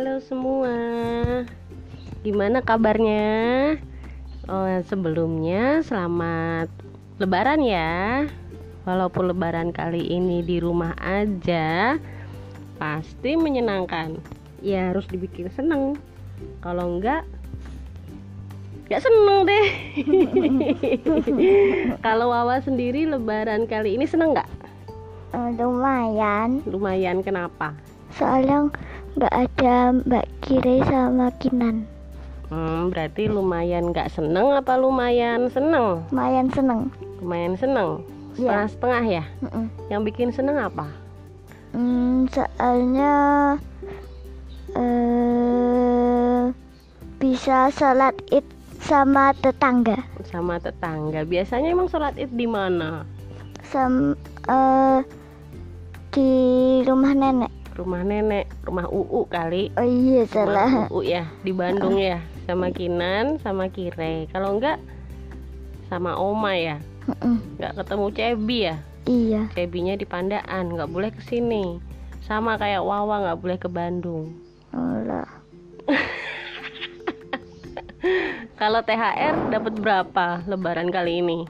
Halo semua, gimana kabarnya? Sebelumnya selamat Lebaran ya. Walaupun Lebaran kali ini di rumah aja, pasti menyenangkan. Ya harus dibikin seneng. Kalau enggak seneng deh. Kalau Wawa sendiri Lebaran kali ini seneng nggak? Lumayan, Lumayan, kenapa? soalnya nggak ada Mbak Kire sama Kinan. Berarti lumayan nggak seneng apa lumayan seneng? Lumayan seneng. Lumayan seneng, Iya. setengah-setengah ya. Yang bikin seneng apa? Soalnya bisa sholat id sama tetangga. Sama tetangga. Biasanya emang sholat id di mana? Di rumah nenek. Rumah nenek, rumah Uu kali. Oh iya, Rumah salah. Uu ya, di Bandung ya. Sama Kinan, sama Kire. Kalau enggak sama Oma ya. Nggak ketemu Cebi ya. Iya. Cebinya di Pandaan, nggak boleh kesini. Sama kayak Wawa nggak boleh ke Bandung. Allah. Kalau THR dapat berapa Lebaran kali ini?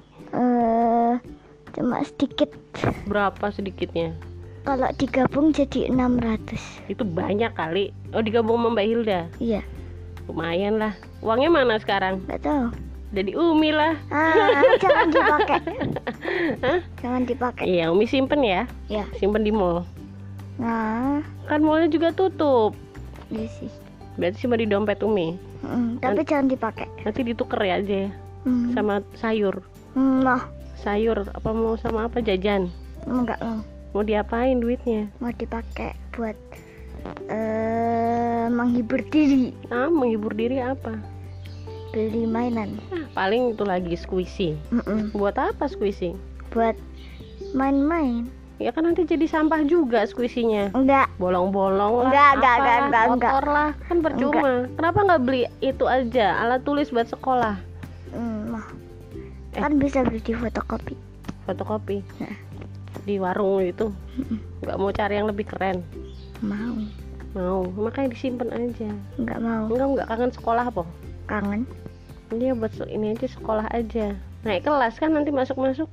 Cuma sedikit. Berapa sedikitnya? Kalau digabung jadi 600. Itu banyak kali. Oh, digabung sama Mbak Hilda. Iya. Lumayan lah. Uangnya mana sekarang? Nggak tahu. Jadi Umi lah. Jangan dipakai. Hah? Jangan dipakai. Iya, Umi simpen ya. Ya. Simpen di mall. Nah, Kan mallnya juga tutup. iya sih. Berarti simpen di dompet Umi. Tapi jangan dipakai. Nanti ditukar ya aja ya. Sama sayur. Nah, Sayur apa mau sama apa jajan? enggak mau. Mau diapain duitnya? Mau dipakai buat menghibur diri, Menghibur diri apa? beli mainan. Paling itu lagi squishy. Buat apa squishy? Buat main-main. Ya kan nanti jadi sampah juga squishy-nya. Enggak. Bolong-bolong lah, Enggak, kotor lah, kan percuma. Kenapa nggak beli itu aja, alat tulis buat sekolah? Nah, kan bisa beli di fotokopi. Fotokopi di warung itu. Nggak mau cari yang lebih keren? Mau, makanya disimpan aja. Enggak mau. Enggak kangen sekolah apa? Kangen. Dia buat ini aja, sekolah aja. Naik kelas kan nanti masuk-masuk.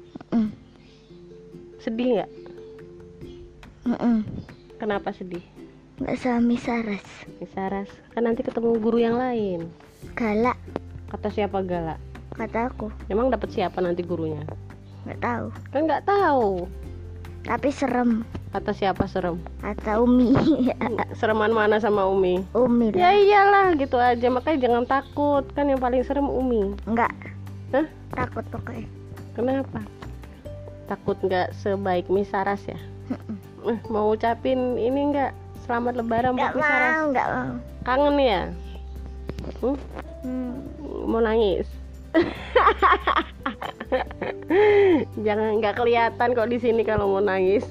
Sedih nggak? Kenapa sedih? Enggak sama Misaras. Misaras, kan nanti ketemu guru yang lain. Galak, Kata siapa galak? kata aku. Emang dapat siapa nanti gurunya? Enggak tahu. Kan nggak tahu. Tapi serem. Kata siapa serem? Kata Umi. Sereman mana sama Umi? Umi Ya lah. iyalah, gitu aja. Makanya jangan takut. Kan yang paling serem Umi. Enggak. Hah? Takut pokoknya. Kenapa? Takut nggak sebaik Misaras ya? Mau ucapin ini nggak? Selamat Lebaran buat Misaras. Enggak mau. Kangen ya? Mau nangis? Jangan, nggak kelihatan kok di sini kalau mau nangis.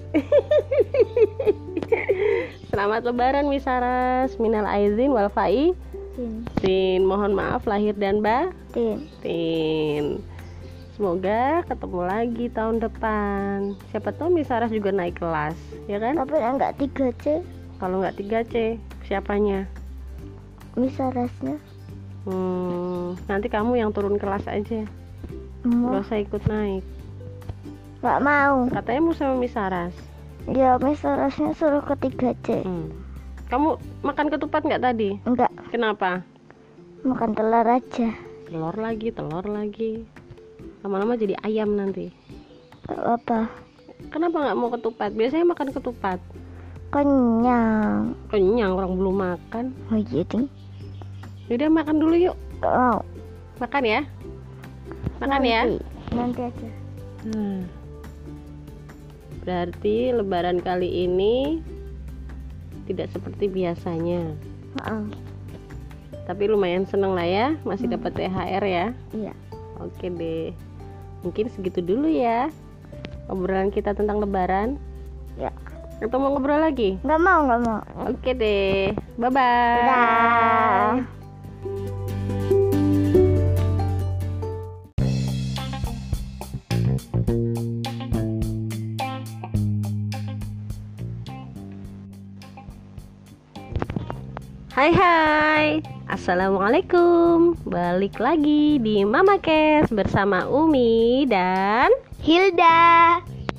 Selamat Lebaran Misaras. Minal aizin wal faizin. Mohon maaf lahir dan batin. Semoga ketemu lagi tahun depan. Siapa tahu Misaras juga naik kelas, ya kan? Tapi enggak 3C. Kalau nggak 3C, siapanya? Misarasnya. Nanti kamu yang turun kelas aja. Nggak usah ikut naik. Enggak mau. Katanya mau sama Misaras. Ya, Misarasnya suruh ke 3C. Kamu makan ketupat nggak tadi? Enggak, Kenapa? makan telur aja. Telur lagi. Lama-lama jadi ayam nanti. Enggak apa. Kenapa nggak mau ketupat? Biasanya makan ketupat. Kenyang. Kenyang, orang belum makan. Oh iya ding. Yaudah makan dulu yuk. Enggak mau. Makan ya. Makan ya. Nanti aja. Berarti Lebaran kali ini tidak seperti biasanya. Tapi lumayan seneng lah ya, masih dapat THR ya. Iya. Oke deh. Mungkin segitu dulu ya obrolan kita tentang Lebaran. Ya. Atau mau ngobrol lagi? Enggak mau. Oke deh. Bye bye. Dadah. Hai hai, Assalamualaikum. Balik lagi di Mama Kes bersama Umi dan Hilda.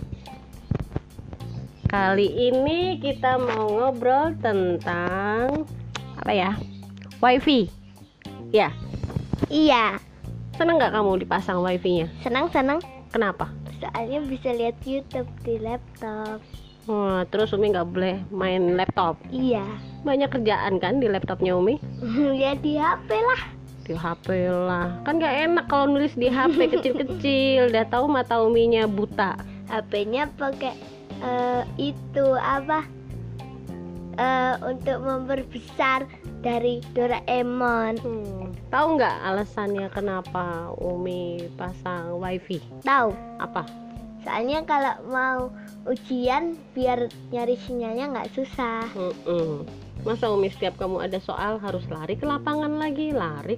kali ini kita mau ngobrol tentang apa ya? Wifi. Ya, Iya, seneng gak kamu dipasang wifi-nya? senang-senang. Kenapa? Soalnya bisa lihat YouTube di laptop. Wah, terus Umi gak boleh main laptop. Iya. Banyak kerjaan kan di laptopnya Umi? Ya di HP lah. Di HP lah. Kan gak enak kalau nulis di HP kecil-kecil. Udah tahu mata Uminya buta. HP-nya pakai itu apa? Untuk memperbesar dari Doraemon. Tahu nggak alasannya kenapa Umi pasang wifi? Tahu? Apa? Soalnya kalau mau ujian biar nyari sinyalnya nggak susah. Masa Umi setiap kamu ada soal harus lari ke lapangan lagi,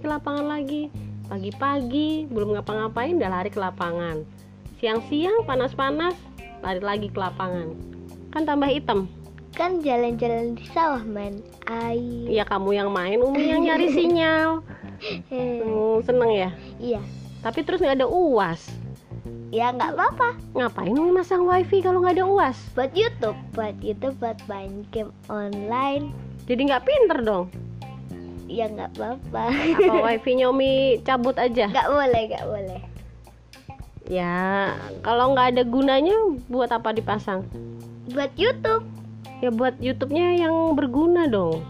pagi-pagi belum ngapa-ngapain udah lari ke lapangan, siang-siang panas-panas lari lagi ke lapangan, kan tambah hitam. Kan jalan-jalan di sawah main air. Ya kamu yang main, Umi yang nyari sinyal. Seneng ya? Iya. Tapi terus nggak ada UAS. Ya nggak apa-apa. Ngapain Umi masang wifi kalau nggak ada UAS? Buat YouTube, buat main game online. Jadi nggak pinter dong. Ya nggak apa-apa. Apa wifi-nya Umi cabut aja? Nggak boleh. Ya kalau nggak ada gunanya buat apa dipasang? Buat YouTube. Ya buat YouTube-nya yang berguna dong.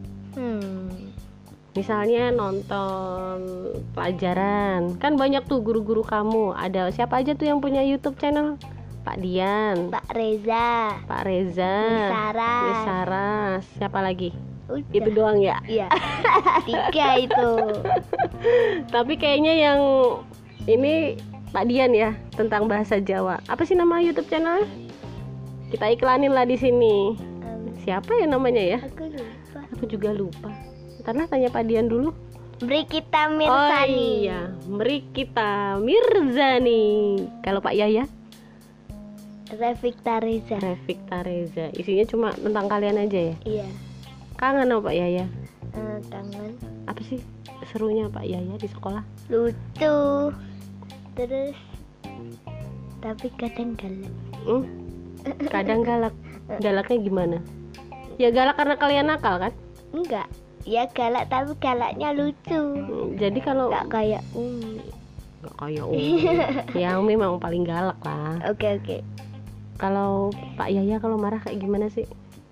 Misalnya nonton pelajaran. Kan banyak tuh guru-guru kamu. Ada siapa aja tuh yang punya YouTube channel? Pak Dian, Pak Reza, Miss Saras. Siapa lagi? Udah. Itu doang ya? Iya. 3 itu. Tapi kayaknya yang ini Pak Dian ya, tentang bahasa Jawa. Apa sih nama YouTube channelnya? Kita iklanin lah di sini. Siapa ya namanya ya? Aku juga lupa. Ntar tanya Pak Dian dulu. Brikita Mirzani. Oh iya, Brikita Mirzani. Kalau Pak Yaya? Revikta Reza. Isinya cuma tentang kalian aja ya? Iya. Kangen sama Pak Yaya? Kangen. Apa sih serunya Pak Yaya di sekolah? Lucu. Terus tapi kadang galak. Kadang galak. Galaknya gimana? Ya galak karena kalian nakal kan? Enggak. Ya galak tapi galaknya lucu. Jadi kalau Enggak kayak Umi. Enggak kayak Umi. Ya Umi memang paling galak lah. Oke. Kalau Pak Yaya kalau marah kayak gimana sih?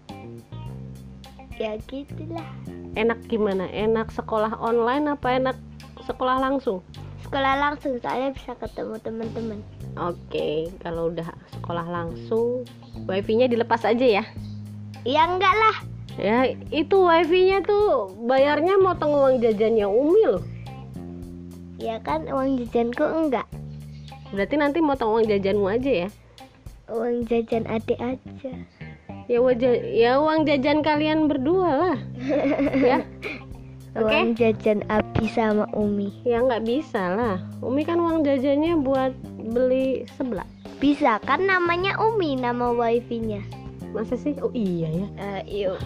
Ya gitulah. Enak gimana? Enak sekolah online apa enak sekolah langsung? Sekolah langsung soalnya bisa ketemu teman-teman. Oke, kalau udah sekolah langsung wifi-nya dilepas aja ya? Ya enggak lah. Ya itu wifi-nya tuh bayarnya motong uang jajannya Umi loh. Ya kan uang jajanku enggak. Berarti nanti motong uang jajanmu aja ya? Uang jajan adik aja. Ya uang jajan kalian berdua lah. Ya. Uang jajan Abi sama Umi. Ya nggak bisa lah. Umi kan uang jajannya buat beli seblak. Bisa kan namanya Umi nama wifi-nya. Masa sih? Oh iya ya. Yuk.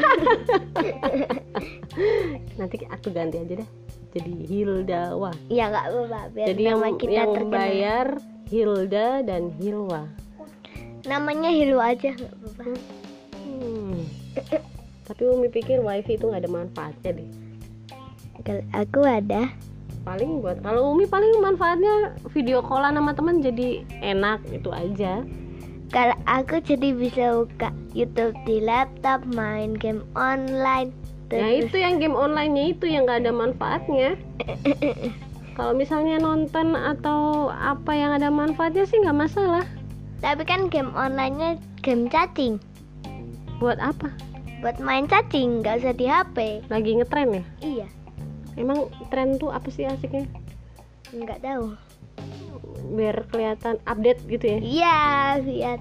Nanti aku ganti aja deh. Jadi Hilda Wah. Ya nggak apa-apa. Biar Jadi nama kita yang terkenal. bayar Hilda dan Hilwa. Namanya Hilu aja nggak apa-apa. Tapi Umi pikir wifi itu nggak ada manfaatnya deh. Kalau aku ada. Paling buat kalau Umi paling manfaatnya video callan sama teman jadi enak itu aja. Kalau aku jadi bisa buka YouTube di laptop, main game online. Ya itu yang game online-nya itu yang nggak ada manfaatnya. Kalau misalnya nonton atau apa yang ada manfaatnya sih nggak masalah. Tapi kan game online-nya game chatting. Buat apa? Buat main chatting, nggak usah di HP. Lagi ngetren ya? Iya. Emang tren tuh apa sih asiknya? Nggak tahu. Biar kelihatan update gitu ya? Iya, biar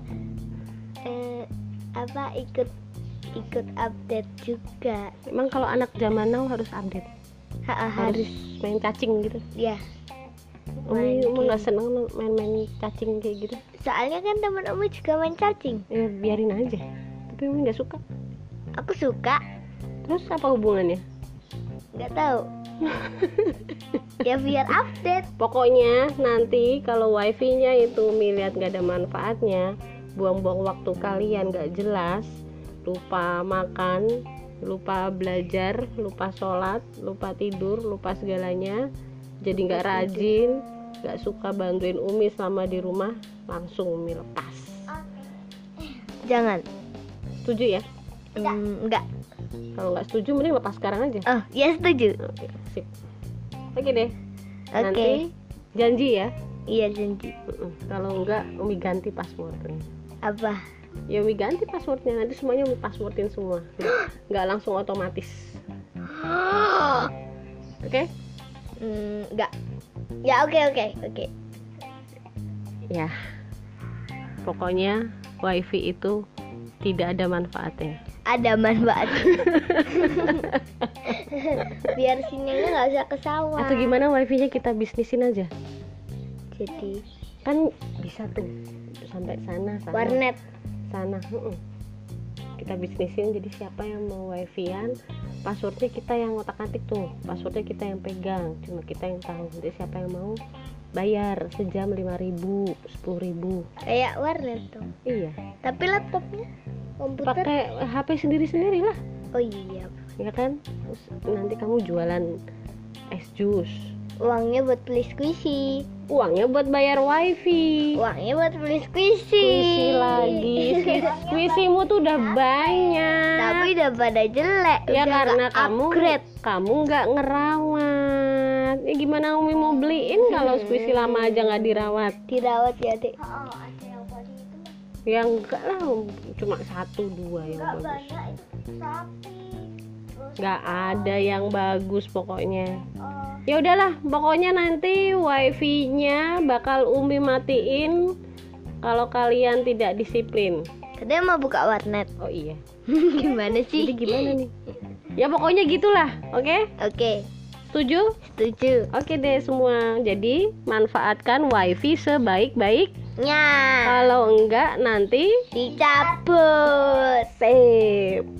ikut update juga. Emang kalau anak zaman now harus update? Harus main cacing gitu? Iya. Umi nggak seneng main-main cacing kayak gitu. Soalnya kan teman Umi juga main cacing. Ya biarin aja. Tapi Umi nggak suka. Aku suka. Terus apa hubungannya? Nggak tahu. Ya biar update. Pokoknya nanti kalau wifi-nya itu lihat nggak ada manfaatnya, buang-buang waktu kalian nggak jelas, lupa makan, lupa belajar, lupa sholat, lupa tidur, lupa segalanya, jadi nggak rajin, nggak suka bantuin Umi selama di rumah, langsung Umi lepas. Jangan. Setuju ya? Enggak. Kalau nggak setuju mending lepas sekarang aja. Oh, ya setuju. Oke, sip. Oke deh. Oke. Nanti janji ya. Iya janji. Kalau enggak Umi ganti passwordnya. Apa? Ya Umi ganti passwordnya, nanti semuanya Umi passwordin semua. Nggak langsung otomatis. Oke? Enggak. Ya oke. Ya. Pokoknya wifi itu tidak ada manfaatnya. Ada manfaat. Biar sinyalnya nggak usah ke sawah. Atau gimana wifi-nya kita bisnisin aja? Jadi Kan bisa tuh sampai sana. warnet. Sana. Kita bisnisin, jadi siapa yang mau wifi-an, passwordnya kita yang otak-atik tuh, passwordnya kita yang pegang, cuma kita yang tahu. Jadi siapa yang mau bayar sejam 5.000, 10.000. Kayak warnet tuh. Iya. Tapi laptopnya komputer. Pakai HP sendiri lah, Oh iya. ya kan? Terus nanti kamu jualan es jus, Uangnya buat beli squishy. uangnya buat bayar wifi. Uangnya buat beli squishy. Squishy lagi, squishymu tuh udah banyak. Tapi udah pada jelek. Ya udah karena nggak kamu upgrade. nggak ngerawat. Ya gimana Umi mau beliin kalau squishy lama aja nggak dirawat? Dirawat ya dek. Ya enggak lah, cuma 1-2 yang bagus. Nggak ada yang bagus pokoknya. Ya udahlah, pokoknya nanti wifi-nya bakal Umi matiin kalau kalian tidak disiplin. Katanya mau buka warnet. Oh iya. Gimana sih? Jadi gimana nih? Ya pokoknya gitulah, oke? Oke, Setuju? setuju. Oke deh semua. Jadi manfaatkan wifi sebaik-baiknya. Nya Kalau enggak nanti dicabut. save.